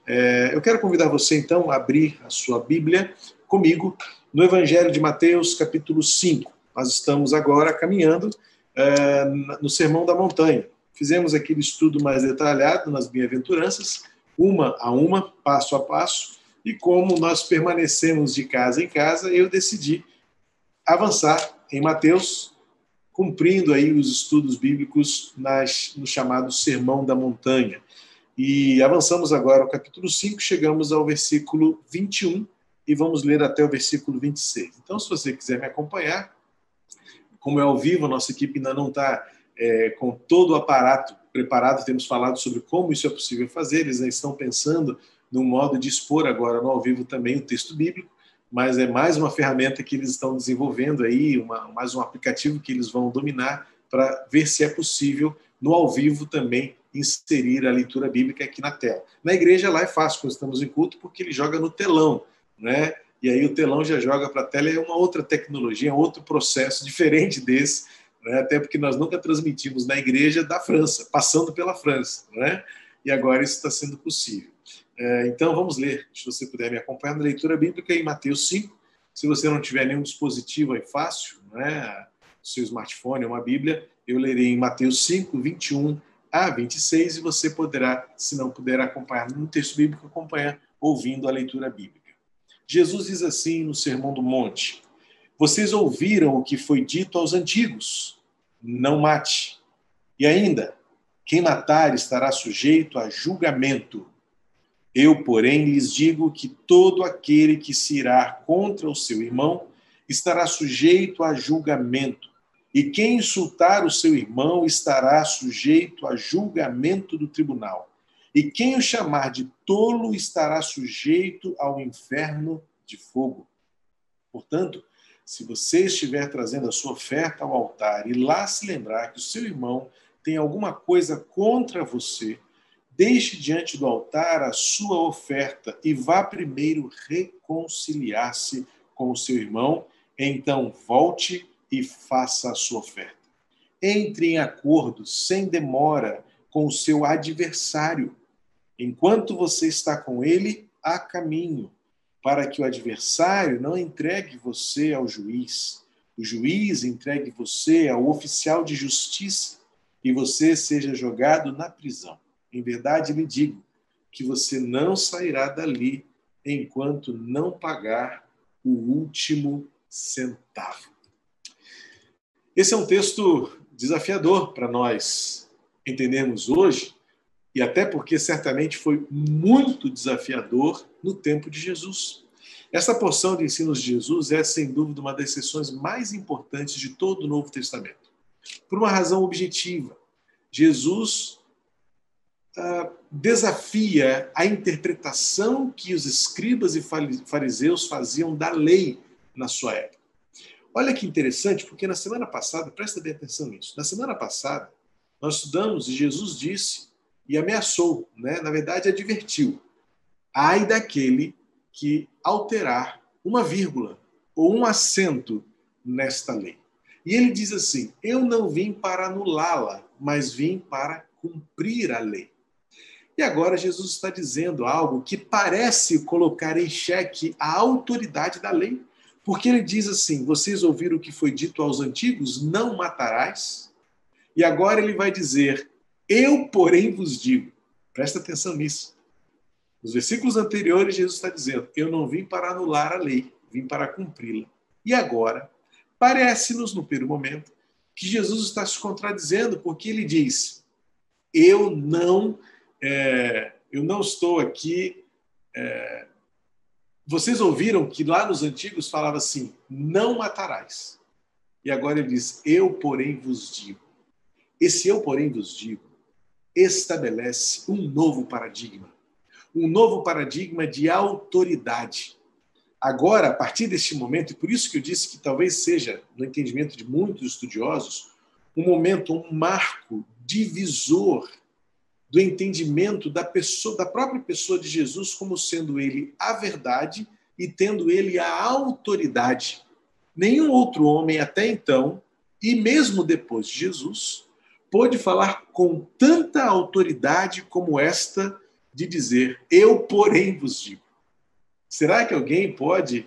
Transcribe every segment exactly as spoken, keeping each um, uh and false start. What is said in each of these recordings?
É, eu quero convidar você, então, a abrir a sua Bíblia comigo no Evangelho de Mateus, capítulo cinco. Nós estamos agora caminhando é, no Sermão da Montanha. Fizemos aquele estudo mais detalhado nas bem-aventuranças, uma a uma, passo a passo, e como nós permanecemos de casa em casa, eu decidi avançar em Mateus, cumprindo aí os estudos bíblicos nas, no chamado Sermão da Montanha. E avançamos agora ao capítulo cinco, chegamos ao versículo vinte e um e vamos ler até o versículo vinte e seis. Então, se você quiser me acompanhar, como é ao vivo, a nossa equipe ainda não está é, com todo o aparato preparado, temos falado sobre como isso é possível fazer, eles já estão pensando no modo de expor agora no ao vivo também o texto bíblico, mas é mais uma ferramenta que eles estão desenvolvendo aí, uma, mais um aplicativo que eles vão dominar para ver se é possível no ao vivo também inserir a leitura bíblica aqui na tela. Na igreja lá é fácil, quando estamos em culto, porque ele joga no telão, né? E aí o telão já joga para a tela, é uma outra tecnologia, é outro processo diferente desse, né? Até porque nós nunca transmitimos na igreja da França, passando pela França, né? E agora isso está sendo possível. É, então vamos ler, se você puder me acompanhar na leitura bíblica em Mateus cinco. Se você não tiver nenhum dispositivo aí fácil, né? O seu smartphone, uma Bíblia, eu lerei em Mateus cinco, vinte e um a vinte e seis, e você poderá, se não puder acompanhar no texto bíblico, acompanhar ouvindo a leitura bíblica. Jesus diz assim no Sermão do Monte: vocês ouviram o que foi dito aos antigos, não mate. E ainda, quem matar estará sujeito a julgamento. Eu, porém, lhes digo que todo aquele que se irá contra o seu irmão estará sujeito a julgamento. E quem insultar o seu irmão estará sujeito a julgamento do tribunal. E quem o chamar de tolo estará sujeito ao inferno de fogo. Portanto, se você estiver trazendo a sua oferta ao altar e lá se lembrar que o seu irmão tem alguma coisa contra você, deixe diante do altar a sua oferta e vá primeiro reconciliar-se com o seu irmão, então volte e faça a sua oferta. Entre em acordo, sem demora, com o seu adversário, enquanto você está com ele a caminho, para que o adversário não entregue você ao juiz, o juiz entregue você ao oficial de justiça e você seja jogado na prisão. Em verdade, lhe digo que você não sairá dali enquanto não pagar o último centavo. Esse é um texto desafiador para nós entendermos hoje, e até porque certamente foi muito desafiador no tempo de Jesus. Essa porção de ensinos de Jesus é, sem dúvida, uma das seções mais importantes de todo o Novo Testamento. Por uma razão objetiva. Jesus uh, desafia a interpretação que os escribas e fariseus faziam da lei na sua época. Olha que interessante, porque na semana passada, presta bem atenção nisso, na semana passada nós estudamos e Jesus disse e ameaçou, né? Na verdade advertiu, ai daquele que alterar uma vírgula ou um acento nesta lei. E ele diz assim, eu não vim para anulá-la, mas vim para cumprir a lei. E agora Jesus está dizendo algo que parece colocar em xeque a autoridade da lei. Porque ele diz assim, vocês ouviram o que foi dito aos antigos, não matarás? E agora ele vai dizer, eu, porém, vos digo. Presta atenção nisso. Nos versículos anteriores, Jesus está dizendo, eu não vim para anular a lei, vim para cumpri-la. E agora, parece-nos, no primeiro momento, que Jesus está se contradizendo, porque ele diz, eu não, é, eu não estou aqui... É, Vocês ouviram que lá nos antigos falava assim, não matarás. E agora ele diz, eu, porém, vos digo. Esse eu, porém, vos digo, estabelece um novo paradigma. Um novo paradigma de autoridade. Agora, a partir deste momento, e por isso que eu disse que talvez seja, no entendimento de muitos estudiosos, um momento, um marco divisor do entendimento da pessoa, da própria pessoa de Jesus como sendo ele a verdade e tendo ele a autoridade. Nenhum outro homem até então, e mesmo depois de Jesus, pôde falar com tanta autoridade como esta de dizer, eu, porém, vos digo. Será que alguém pode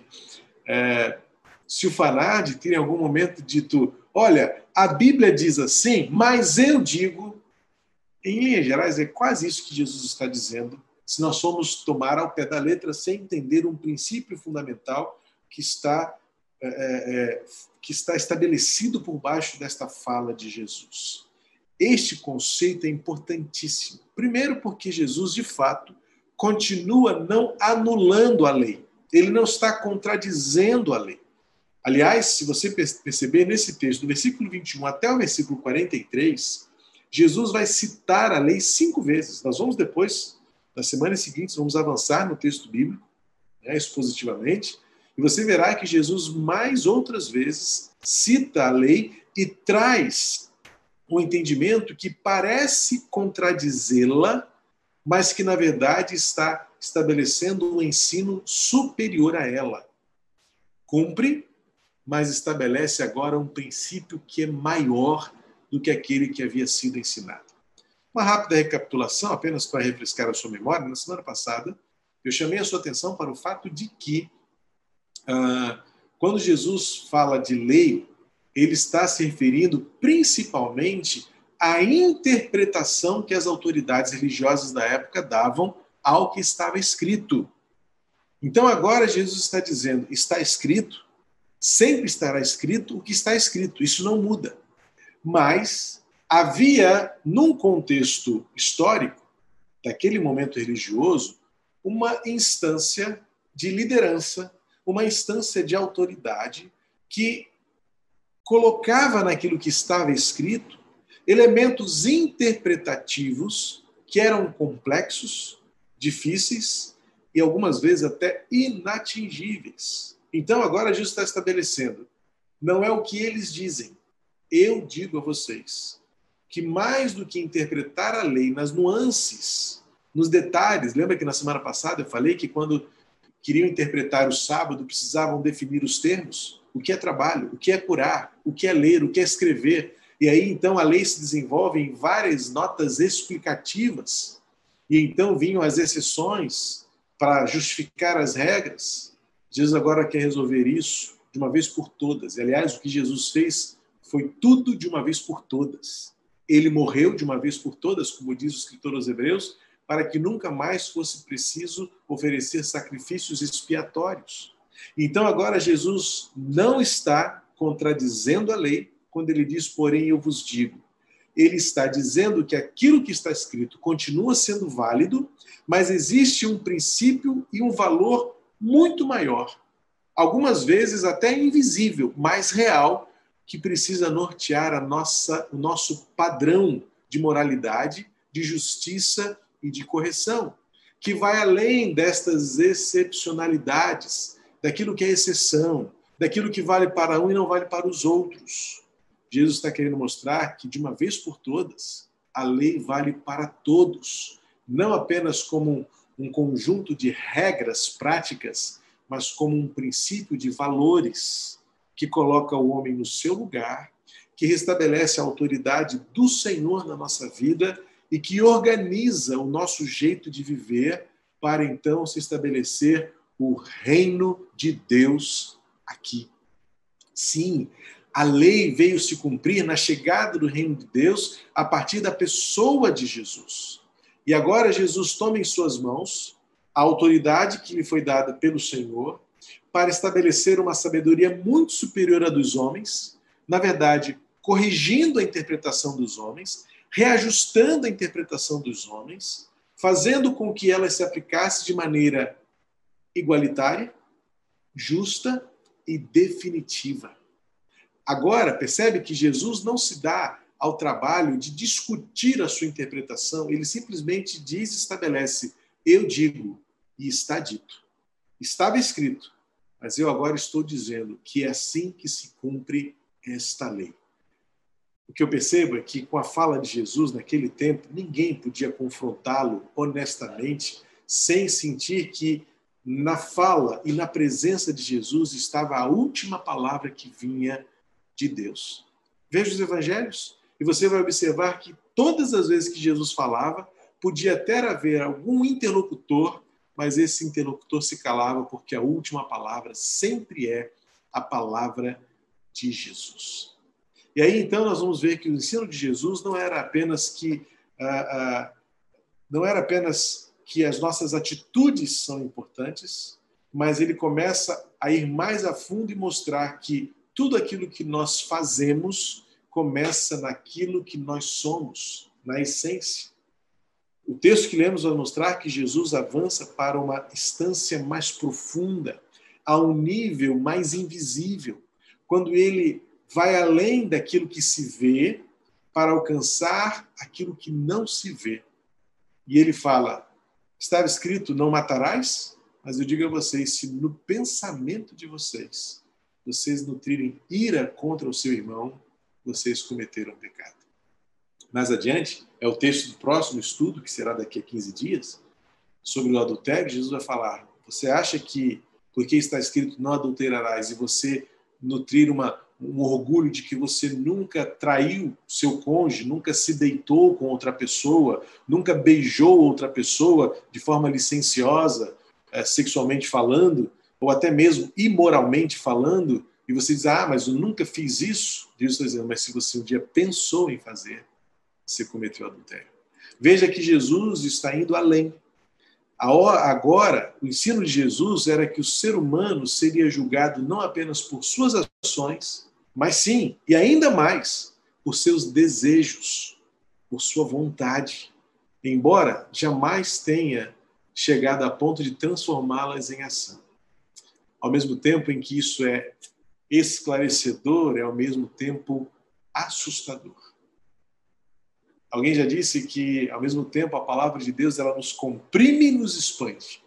é, se ufanar de ter em algum momento dito, olha, a Bíblia diz assim, mas eu digo, em linhas gerais, é quase isso que Jesus está dizendo, se nós formos tomar ao pé da letra sem entender um princípio fundamental que está, é, é, que está estabelecido por baixo desta fala de Jesus. Este conceito é importantíssimo. Primeiro porque Jesus, de fato, continua não anulando a lei. Ele não está contradizendo a lei. Aliás, se você perceber nesse texto, do versículo vinte e um até o versículo quarenta e três, Jesus vai citar a lei cinco vezes. Nós vamos depois, nas semanas seguintes, vamos avançar no texto bíblico, né, expositivamente, e você verá que Jesus mais outras vezes cita a lei e traz um entendimento que parece contradizê-la, mas que, na verdade, está estabelecendo um ensino superior a ela. Cumpre, mas estabelece agora um princípio que é maior do que aquele que havia sido ensinado. Uma rápida recapitulação, apenas para refrescar a sua memória. Na semana passada, eu chamei a sua atenção para o fato de que, ah, quando Jesus fala de lei, ele está se referindo principalmente à interpretação que as autoridades religiosas da época davam ao que estava escrito. Então agora Jesus está dizendo, está escrito, sempre estará escrito o que está escrito, isso não muda. Mas havia, num contexto histórico, daquele momento religioso, uma instância de liderança, uma instância de autoridade que colocava naquilo que estava escrito elementos interpretativos que eram complexos, difíceis e algumas vezes até inatingíveis. Então agora Jesus está estabelecendo, não é o que eles dizem, eu digo a vocês, que mais do que interpretar a lei nas nuances, nos detalhes, lembra que na semana passada eu falei que quando queriam interpretar o sábado precisavam definir os termos? O que é trabalho, o que é curar, o que é ler, o que é escrever. E aí, então, a lei se desenvolve em várias notas explicativas. E então vinham as exceções para justificar as regras. Jesus agora quer resolver isso de uma vez por todas. E, aliás, o que Jesus fez foi tudo de uma vez por todas. Ele morreu de uma vez por todas, como diz o escritor aos Hebreus, para que nunca mais fosse preciso oferecer sacrifícios expiatórios. Então agora Jesus não está contradizendo a lei quando ele diz, porém eu vos digo. Ele está dizendo que aquilo que está escrito continua sendo válido, mas existe um princípio e um valor muito maior, algumas vezes até invisível, mas real, que precisa nortear a nossa, o nosso padrão de moralidade, de justiça e de correção, que vai além destas excepcionalidades, daquilo que é exceção, daquilo que vale para um e não vale para os outros. Jesus está querendo mostrar que, de uma vez por todas, a lei vale para todos, não apenas como um conjunto de regras práticas, mas como um princípio de valores que coloca o homem no seu lugar, que restabelece a autoridade do Senhor na nossa vida e que organiza o nosso jeito de viver para, então, se estabelecer o reino de Deus aqui. Sim, a lei veio se cumprir na chegada do reino de Deus a partir da pessoa de Jesus. E agora Jesus toma em suas mãos a autoridade que lhe foi dada pelo Senhor para estabelecer uma sabedoria muito superior à dos homens, na verdade, corrigindo a interpretação dos homens, reajustando a interpretação dos homens, fazendo com que ela se aplicasse de maneira igualitária, justa e definitiva. Agora, percebe que Jesus não se dá ao trabalho de discutir a sua interpretação, ele simplesmente diz e estabelece, eu digo, e está dito. Estava escrito, mas eu agora estou dizendo que é assim que se cumpre esta lei. O que eu percebo é que, com a fala de Jesus naquele tempo, ninguém podia confrontá-lo honestamente sem sentir que na fala e na presença de Jesus estava a última palavra que vinha de Deus. Veja os evangelhos e você vai observar que todas as vezes que Jesus falava, podia até haver algum interlocutor, mas esse interlocutor se calava porque a última palavra sempre é a palavra de Jesus. E aí, então, nós vamos ver que o ensino de Jesus não era apenas que, ah, ah, não era apenas que as nossas atitudes são importantes, mas ele começa a ir mais a fundo e mostrar que tudo aquilo que nós fazemos começa naquilo que nós somos, na essência. O texto que lemos vai mostrar que Jesus avança para uma instância mais profunda, a um nível mais invisível, quando ele vai além daquilo que se vê para alcançar aquilo que não se vê. E ele fala, estava escrito, não matarás? Mas eu digo a vocês, se no pensamento de vocês, vocês nutrirem ira contra o seu irmão, vocês cometeram pecado. Mais adiante, é o texto do próximo estudo, que será daqui a quinze dias, sobre o adultério. Jesus vai falar, você acha que, porque está escrito não adulterarás, e você nutrir uma, um orgulho de que você nunca traiu seu cônjuge, nunca se deitou com outra pessoa, nunca beijou outra pessoa de forma licenciosa, é, sexualmente falando, ou até mesmo imoralmente falando, e você diz, ah, mas eu nunca fiz isso. Jesus está dizendo, mas se você um dia pensou em fazer, você cometeu adultério. Veja que Jesus está indo além. Agora, o ensino de Jesus era que o ser humano seria julgado não apenas por suas ações, mas sim, e ainda mais, por seus desejos, por sua vontade, embora jamais tenha chegado a ponto de transformá-las em ação. Ao mesmo tempo em que isso é esclarecedor, é ao mesmo tempo assustador. Alguém já disse que, ao mesmo tempo, a palavra de Deus ela nos comprime e nos expande.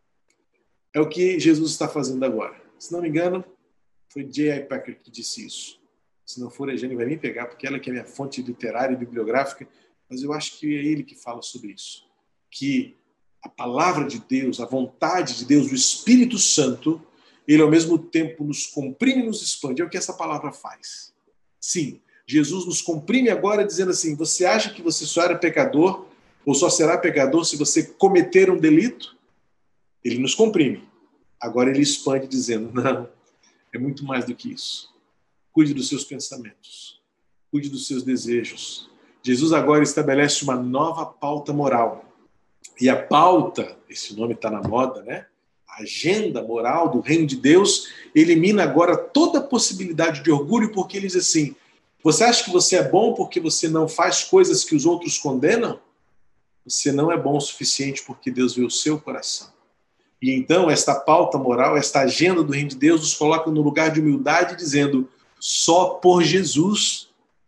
É o que Jesus está fazendo agora. Se não me engano, foi J I Packer que disse isso. Se não for, a Jane vai me pegar, porque ela que é minha fonte literária e bibliográfica, mas eu acho que é ele que fala sobre isso. Que a palavra de Deus, a vontade de Deus, o Espírito Santo, ele ao mesmo tempo nos comprime e nos expande. É o que essa palavra faz. Sim, Jesus nos comprime agora dizendo assim, você acha que você só era pecador ou só será pecador se você cometer um delito? Ele nos comprime. Agora ele expande dizendo, não, é muito mais do que isso. Cuide dos seus pensamentos. Cuide dos seus desejos. Jesus agora estabelece uma nova pauta moral. E a pauta, esse nome está na moda, né? A agenda moral do reino de Deus elimina agora toda a possibilidade de orgulho, porque ele diz assim, você acha que você é bom porque você não faz coisas que os outros condenam? Você não é bom o suficiente porque Deus vê o seu coração. E então esta pauta moral, esta agenda do reino de Deus nos coloca no lugar de humildade dizendo, só por Jesus,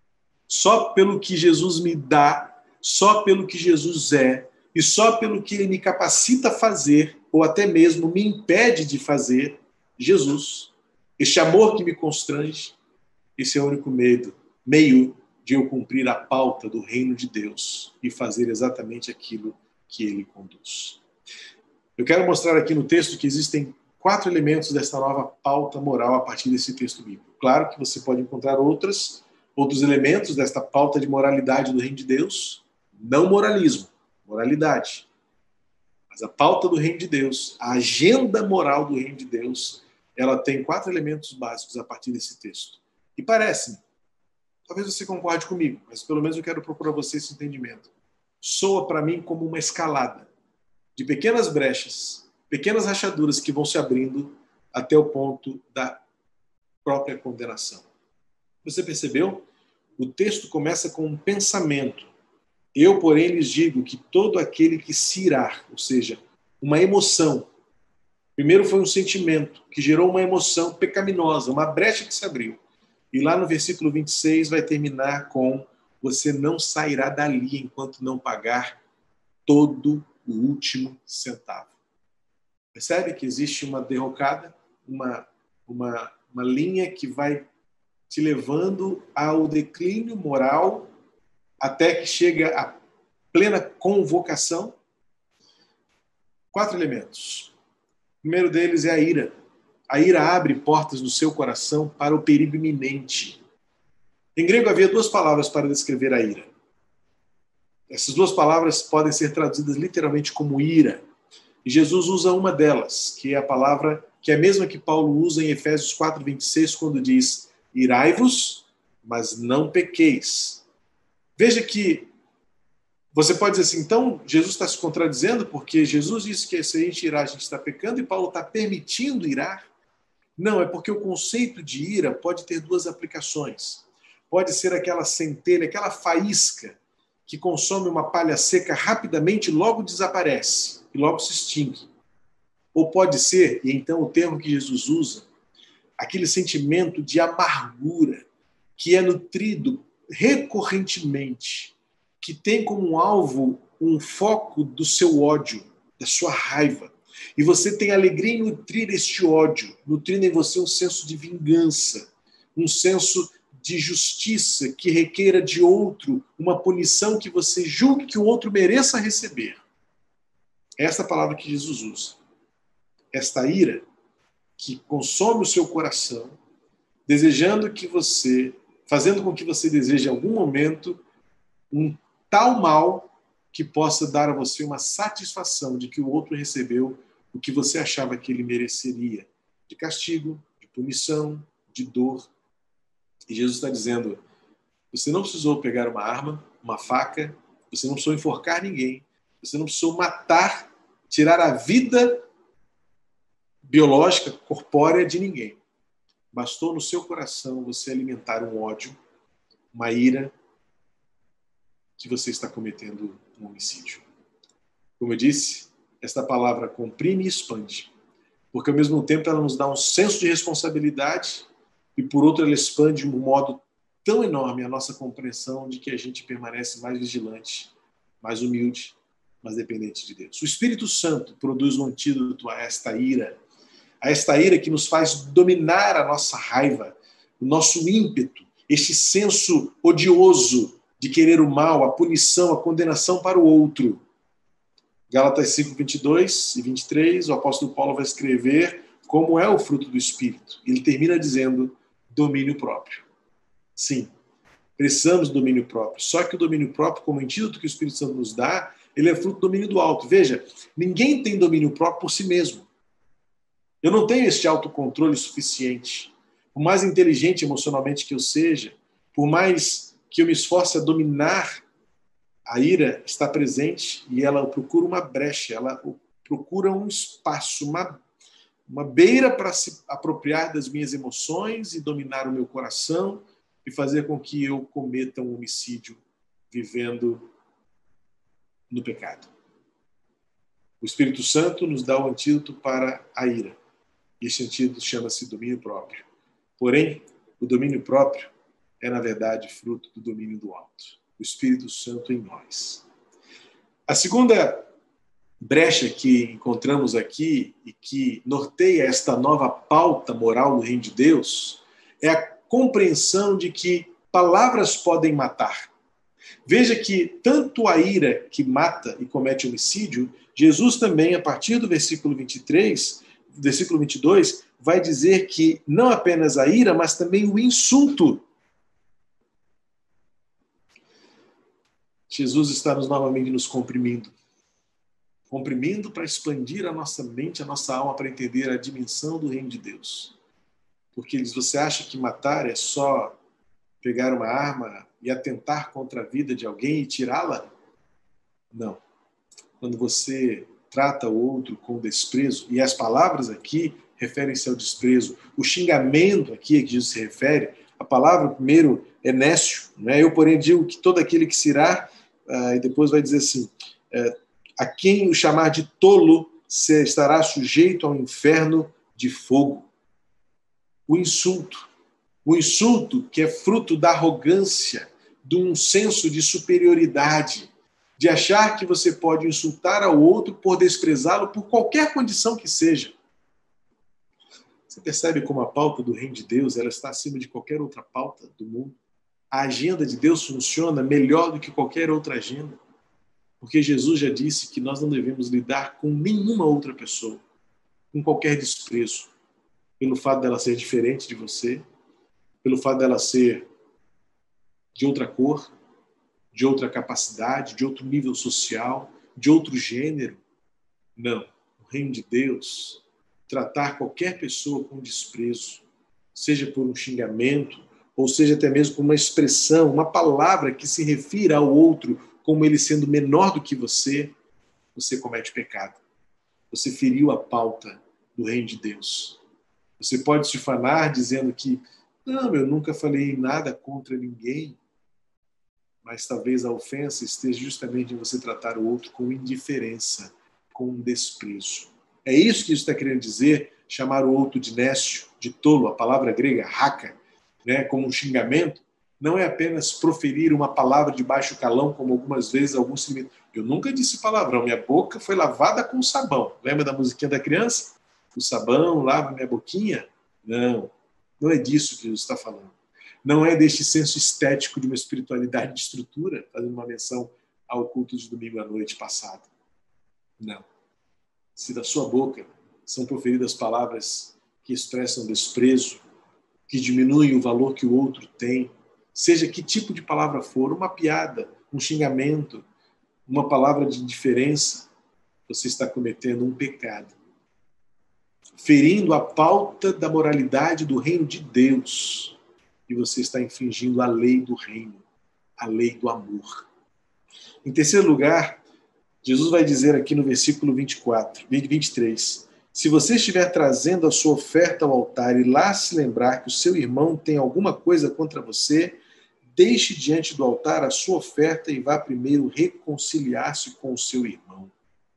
só pelo que Jesus me dá, só pelo que Jesus é, e só pelo que ele me capacita a fazer, ou até mesmo me impede de fazer, Jesus, este amor que me constrange, esse é o único medo, meio de eu cumprir a pauta do reino de Deus e fazer exatamente aquilo que ele conduz. Eu quero mostrar aqui no texto que existem quatro elementos dessa nova pauta moral a partir desse texto bíblico. Claro que você pode encontrar outras, outros elementos desta pauta de moralidade do reino de Deus, não moralismo, moralidade. Mas a pauta do reino de Deus, a agenda moral do reino de Deus, ela tem quatro elementos básicos a partir desse texto. E parece-me, talvez você concorde comigo, mas pelo menos eu quero procurar você esse entendimento. Soa para mim como uma escalada de pequenas brechas, pequenas rachaduras que vão se abrindo até o ponto da própria condenação. Você percebeu? O texto começa com um pensamento. Eu, porém, lhes digo que todo aquele que se irá, ou seja, uma emoção. Primeiro foi um sentimento que gerou uma emoção pecaminosa, uma brecha que se abriu. E lá no versículo vinte e seis vai terminar com você não sairá dali enquanto não pagar todo o último centavo. Percebe que existe uma derrocada, uma, uma, uma linha que vai te levando ao declínio moral até que chega a plena convocação? Quatro elementos. O primeiro deles é a ira. A ira abre portas no seu coração para o perigo iminente. Em grego havia duas palavras para descrever a ira. Essas duas palavras podem ser traduzidas literalmente como ira. E Jesus usa uma delas, que é a palavra que é a mesma que Paulo usa em Efésios quatro, vinte e seis, quando diz: irai-vos, mas não pequeis. Veja que você pode dizer assim, então Jesus está se contradizendo, porque Jesus disse que se a gente irar, a gente está pecando, e Paulo está permitindo irar. Não, é porque o conceito de ira pode ter duas aplicações. Pode ser aquela centelha, aquela faísca que consome uma palha seca rapidamente e logo desaparece, e logo se extingue. Ou pode ser, e então o termo que Jesus usa, aquele sentimento de amargura que é nutrido recorrentemente, que tem como alvo um foco do seu ódio, da sua raiva. E você tem alegria em nutrir este ódio, nutrindo em você um senso de vingança, um senso de justiça que requeira de outro uma punição que você julgue que o outro mereça receber. Esta é a palavra que Jesus usa. Esta ira que consome o seu coração, desejando que você, fazendo com que você deseje em algum momento um tal mal que possa dar a você uma satisfação de que o outro recebeu o que você achava que ele mereceria, de castigo, de punição, de dor. E Jesus está dizendo, você não precisou pegar uma arma, uma faca, você não precisou enforcar ninguém, você não precisou matar, tirar a vida biológica, corpórea de ninguém. Bastou no seu coração você alimentar um ódio, uma ira, que você está cometendo um homicídio. Como eu disse, esta palavra comprime e expande, porque ao mesmo tempo ela nos dá um senso de responsabilidade e por outro ela expande de um modo tão enorme a nossa compreensão de que a gente permanece mais vigilante, mais humilde, mais dependente de Deus. O Espírito Santo produz um antídoto a esta ira, a esta ira que nos faz dominar a nossa raiva, o nosso ímpeto, este senso odioso de querer o mal, a punição, a condenação para o outro. Gálatas cinco, vinte e dois e vinte e três, o apóstolo Paulo vai escrever como é o fruto do Espírito. Ele termina dizendo domínio próprio. Sim, precisamos do domínio próprio. Só que o domínio próprio, como antídoto que o Espírito Santo nos dá, ele é fruto do domínio do alto. Veja, ninguém tem domínio próprio por si mesmo. Eu não tenho este autocontrole suficiente. Por mais inteligente emocionalmente que eu seja, por mais que eu me esforce a dominar, a ira está presente e ela procura uma brecha, ela procura um espaço, uma, uma beira para se apropriar das minhas emoções e dominar o meu coração e fazer com que eu cometa um homicídio vivendo no pecado. O Espírito Santo nos dá o antídoto para a ira. Este antídoto chama-se domínio próprio. Porém, o domínio próprio é, na verdade, fruto do domínio do alto. O Espírito Santo em nós. A segunda brecha que encontramos aqui e que norteia esta nova pauta moral do reino de Deus é a compreensão de que palavras podem matar. Veja que tanto a ira que mata e comete homicídio, Jesus também, a partir do versículo vinte e três, versículo vinte e dois, vai dizer que não apenas a ira, mas também o insulto. Jesus está nos novamente nos comprimindo. Comprimindo para expandir a nossa mente, a nossa alma, para entender a dimensão do reino de Deus. Porque você acha que matar é só pegar uma arma e atentar contra a vida de alguém e tirá-la? Não. Quando você trata o outro com desprezo, e as palavras aqui referem-se ao desprezo, o xingamento aqui a que Jesus se refere, a palavra primeiro é nécio, né? Eu, porém, digo que todo aquele que se irá, uh, e depois vai dizer assim, uh, a quem o chamar de tolo se estará sujeito ao inferno de fogo. O insulto. O insulto que é fruto da arrogância, de um senso de superioridade, de achar que você pode insultar ao outro por desprezá-lo por qualquer condição que seja. Você percebe como a pauta do reino de Deus ela está acima de qualquer outra pauta do mundo? A agenda de Deus funciona melhor do que qualquer outra agenda. Porque Jesus já disse que nós não devemos lidar com nenhuma outra pessoa, com qualquer desprezo, pelo fato dela ser diferente de você, pelo fato dela ser de outra cor, de outra capacidade, de outro nível social, de outro gênero. Não. No reino de Deus, tratar qualquer pessoa com desprezo, seja por um xingamento, ou seja até mesmo por uma expressão, uma palavra que se refira ao outro como ele sendo menor do que você, você comete pecado. Você feriu a pauta do reino de Deus. Você pode se fanar dizendo que não, eu nunca falei nada contra ninguém, mas talvez a ofensa esteja justamente em você tratar o outro com indiferença, com desprezo. É isso que isso está querendo dizer, chamar o outro de nécio, de tolo, a palavra grega, raka, né, como um xingamento, não é apenas proferir uma palavra de baixo calão, como algumas vezes alguns se limitam. Eu nunca disse palavrão, minha boca foi lavada com sabão. Lembra da musiquinha da criança? O sabão lava minha boquinha? Não, não é disso que Jesus está falando. Não é deste senso estético de uma espiritualidade de estrutura, fazendo uma menção ao culto de domingo à noite passado. Não. Se da sua boca são proferidas palavras que expressam desprezo, que diminuem o valor que o outro tem, seja que tipo de palavra for, uma piada, um xingamento, uma palavra de indiferença, você está cometendo um pecado, ferindo a pauta da moralidade do reino de Deus, e você está infringindo a lei do reino, a lei do amor. Em terceiro lugar, Jesus vai dizer aqui no versículo vinte e quatro, vinte e três, se você estiver trazendo a sua oferta ao altar e lá se lembrar que o seu irmão tem alguma coisa contra você, deixe diante do altar a sua oferta e vá primeiro reconciliar-se com o seu irmão.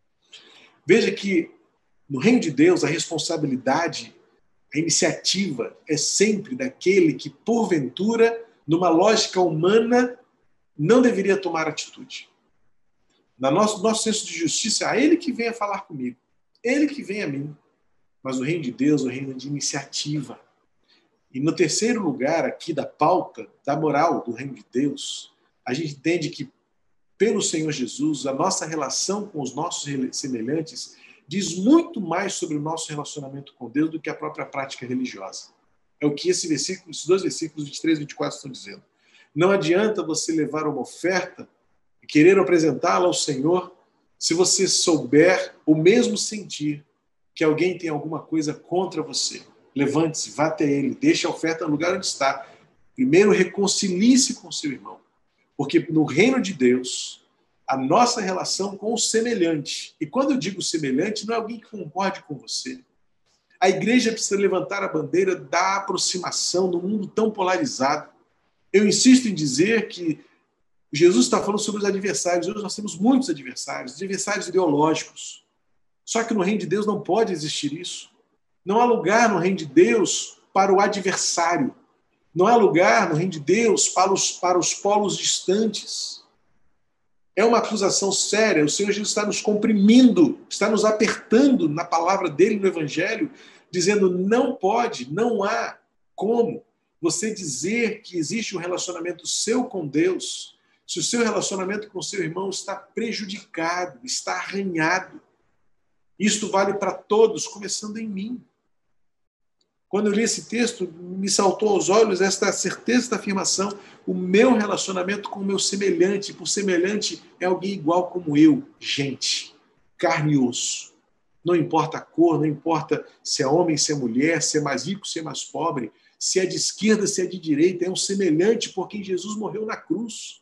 Veja que no reino de Deus a responsabilidade, a iniciativa é sempre daquele que, porventura, numa lógica humana, não deveria tomar atitude. No nosso, nosso senso de justiça, é ele que vem a falar comigo, ele que vem a mim. Mas no reino de Deus, o reino de iniciativa. E no terceiro lugar aqui da pauta, da moral do reino de Deus, a gente entende que, pelo Senhor Jesus, a nossa relação com os nossos semelhantes diz muito mais sobre o nosso relacionamento com Deus do que a própria prática religiosa. É o que esse versículo, esses dois versículos vinte e três e vinte e quatro estão dizendo. Não adianta você levar uma oferta e querer apresentá-la ao Senhor se você souber ou mesmo sentir que alguém tem alguma coisa contra você. Levante-se, vá até ele, deixe a oferta no lugar onde está. Primeiro, reconcilie-se com seu irmão. Porque no reino de Deus, a nossa relação com o semelhante, e quando eu digo semelhante, não é alguém que concorde com você. A igreja precisa levantar a bandeira da aproximação no mundo tão polarizado. Eu insisto em dizer que Jesus está falando sobre os adversários. Hoje nós temos muitos adversários, adversários ideológicos. Só que no reino de Deus não pode existir isso. Não há lugar no reino de Deus para o adversário. Não há lugar no reino de Deus para os, para os polos distantes. É uma acusação séria. O Senhor Jesus está nos comprimindo, está nos apertando na palavra dele no Evangelho, dizendo não pode, não há como você dizer que existe um relacionamento seu com Deus se o seu relacionamento com seu irmão está prejudicado, está arranhado. Isto vale para todos, começando em mim. Quando eu li esse texto, me saltou aos olhos esta certeza, esta afirmação. O meu relacionamento com o meu semelhante, por semelhante, é alguém igual como eu, gente, carne e osso. Não importa a cor, não importa se é homem, se é mulher, se é mais rico, se é mais pobre, se é de esquerda, se é de direita, é um semelhante por quem Jesus morreu na cruz.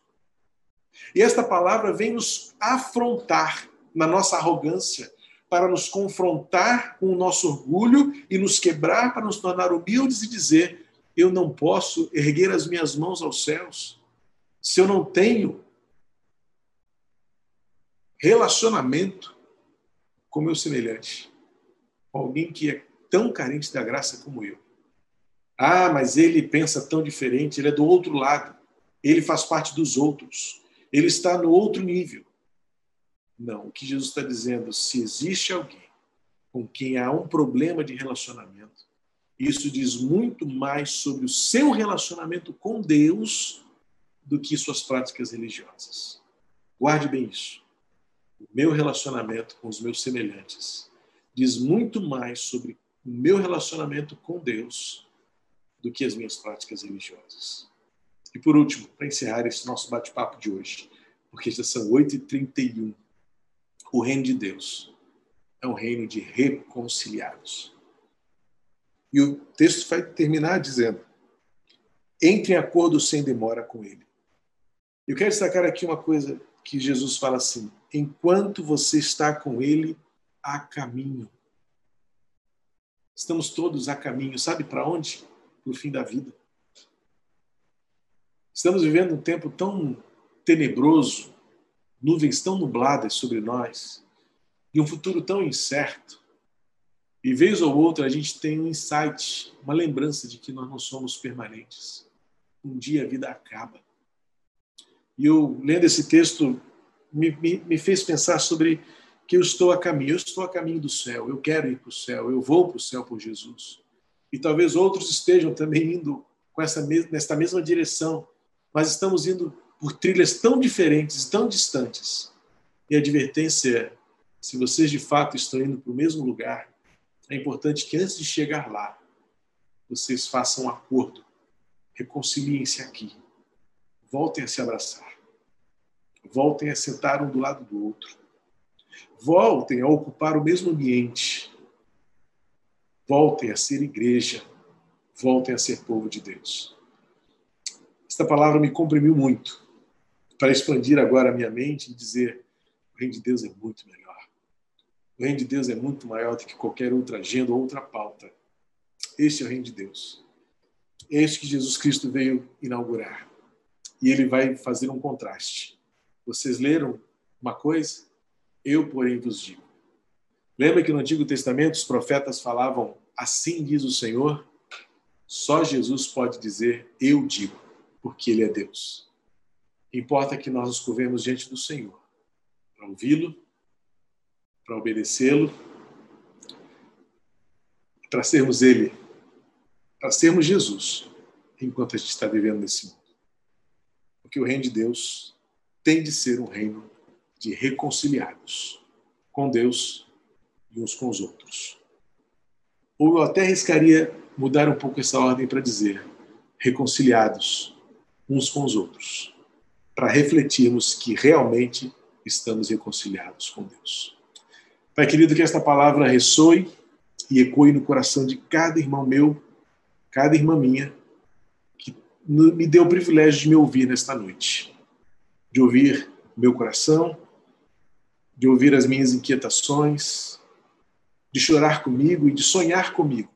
E esta palavra vem nos afrontar na nossa arrogância, para nos confrontar com o nosso orgulho e nos quebrar para nos tornar humildes e dizer, eu não posso erguer as minhas mãos aos céus se eu não tenho relacionamento com meu semelhante, com alguém que é tão carente da graça como eu. Ah, mas ele pensa tão diferente, ele é do outro lado, ele faz parte dos outros, ele está no outro nível. Não, o que Jesus está dizendo, se existe alguém com quem há um problema de relacionamento, isso diz muito mais sobre o seu relacionamento com Deus do que suas práticas religiosas. Guarde bem isso. O meu relacionamento com os meus semelhantes diz muito mais sobre o meu relacionamento com Deus do que as minhas práticas religiosas. E por último, para encerrar esse nosso bate-papo de hoje, porque já são oito e trinta e um, o reino de Deus é um reino de reconciliados. E o texto vai terminar dizendo: entre em acordo sem demora com ele. Eu quero destacar aqui uma coisa que Jesus fala assim: enquanto você está com ele, a caminho. Estamos todos a caminho. Sabe para onde? Para o fim da vida. Estamos vivendo um tempo tão tenebroso, nuvens tão nubladas sobre nós, e um futuro tão incerto. E vez ou outra a gente tem um insight, uma lembrança de que nós não somos permanentes. Um dia a vida acaba. E eu, lendo esse texto, me, me, me fez pensar sobre que eu estou a caminho. Eu estou a caminho do céu. Eu quero ir para o céu. Eu vou para o céu por Jesus. E talvez outros estejam também indo com essa, nesta mesma direção. Mas estamos indo por trilhas tão diferentes, tão distantes. E a advertência é: se vocês de fato estão indo para o mesmo lugar, é importante que antes de chegar lá, vocês façam um acordo. Reconciliem-se aqui. Voltem a se abraçar. Voltem a sentar um do lado do outro. Voltem a ocupar o mesmo ambiente. Voltem a ser igreja. Voltem a ser povo de Deus. Esta palavra me comprimiu muito para expandir agora a minha mente e dizer: o reino de Deus é muito melhor. O reino de Deus é muito maior do que qualquer outra agenda ou outra pauta. Este é o reino de Deus. É este que Jesus Cristo veio inaugurar. E ele vai fazer um contraste. Vocês leram uma coisa? Eu, porém, vos digo. Lembra que no Antigo Testamento os profetas falavam: assim diz o Senhor? Só Jesus pode dizer: eu digo, porque ele é Deus. Importa que nós nos curvemos diante do Senhor, para ouvi-lo, para obedecê-lo, para sermos ele, para sermos Jesus, enquanto a gente está vivendo nesse mundo. Porque o reino de Deus tem de ser um reino de reconciliados com Deus e uns com os outros. Ou eu até arriscaria mudar um pouco essa ordem para dizer: reconciliados uns com os outros, para refletirmos que realmente estamos reconciliados com Deus. Pai querido, que esta palavra ressoe e ecoe no coração de cada irmão meu, cada irmã minha, que me deu o privilégio de me ouvir nesta noite. De ouvir meu coração, de ouvir as minhas inquietações, de chorar comigo e de sonhar comigo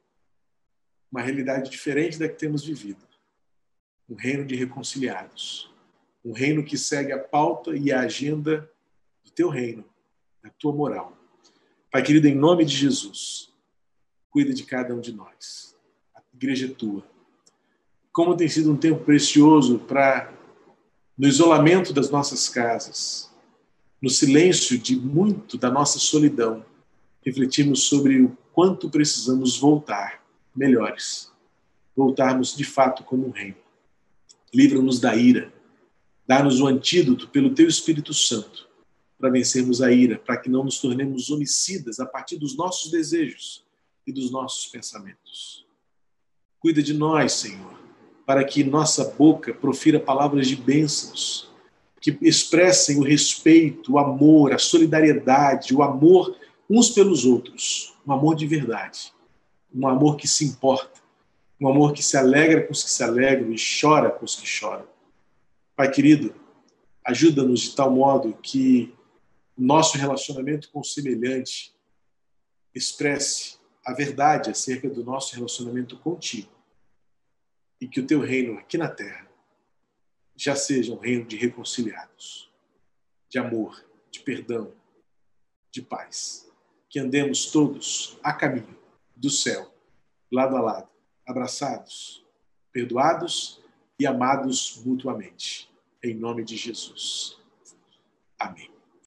uma realidade diferente da que temos vivido. Um reino de reconciliados. Um reino que segue a pauta e a agenda do teu reino, da tua moral. Pai querido, em nome de Jesus, cuida de cada um de nós. A igreja é tua. Como tem sido um tempo precioso para, no isolamento das nossas casas, no silêncio de muito da nossa solidão, refletirmos sobre o quanto precisamos voltar melhores. Voltarmos de fato como um reino. Livra-nos da ira. Dá-nos o antídoto pelo teu Espírito Santo para vencermos a ira, para que não nos tornemos homicidas a partir dos nossos desejos e dos nossos pensamentos. Cuida de nós, Senhor, para que nossa boca profira palavras de bênçãos, que expressem o respeito, o amor, a solidariedade, o amor uns pelos outros, um amor de verdade, um amor que se importa, um amor que se alegra com os que se alegram e chora com os que choram. Pai querido, ajuda-nos de tal modo que o nosso relacionamento com o semelhante expresse a verdade acerca do nosso relacionamento contigo e que o teu reino aqui na terra já seja um reino de reconciliados, de amor, de perdão, de paz. Que andemos todos a caminho do céu, lado a lado, abraçados, perdoados e amados mutuamente. Em nome de Jesus. Amém.